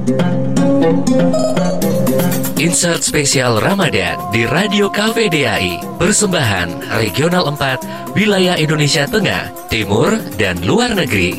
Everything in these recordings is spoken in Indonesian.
Insert spesial Ramadan di Radio KVDAI. Persembahan Regional 4, Wilayah Indonesia Tengah, Timur, dan Luar Negeri.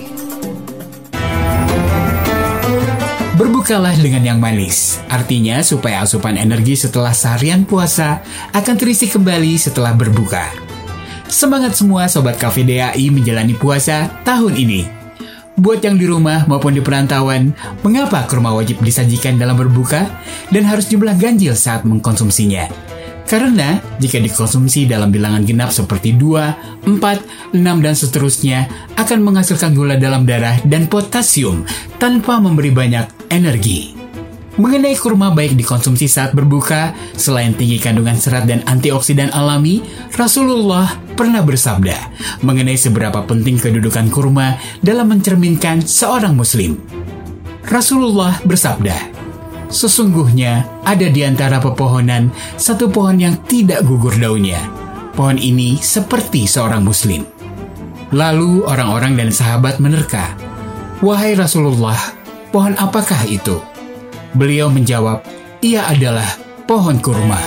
Berbukalah dengan yang manis, artinya supaya asupan energi setelah seharian puasa akan terisi kembali setelah berbuka. Semangat semua Sobat KVDAI menjalani puasa tahun ini. Buat yang di rumah maupun di perantauan, mengapa kurma wajib disajikan dalam berbuka dan harus jumlah ganjil saat mengkonsumsinya? Karena jika dikonsumsi dalam bilangan genap seperti 2, 4, 6, dan seterusnya akan menghasilkan gula dalam darah dan potasium tanpa memberi banyak energi. Mengenai kurma baik dikonsumsi saat berbuka, selain tinggi kandungan serat dan antioksidan alami, Rasulullah pernah bersabda mengenai seberapa penting kedudukan kurma dalam mencerminkan seorang muslim. Rasulullah bersabda, "Sesungguhnya ada di antara pepohonan satu pohon yang tidak gugur daunnya. Pohon ini seperti seorang muslim." Lalu orang-orang dan sahabat menerka, "Wahai Rasulullah, pohon apakah itu?" Beliau menjawab, "Ia adalah pohon kurma."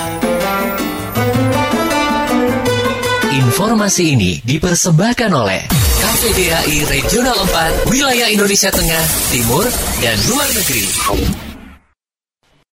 Informasi ini dipersembahkan oleh KVDAI Regional 4, Wilayah Indonesia Tengah, Timur, dan Luar Negeri.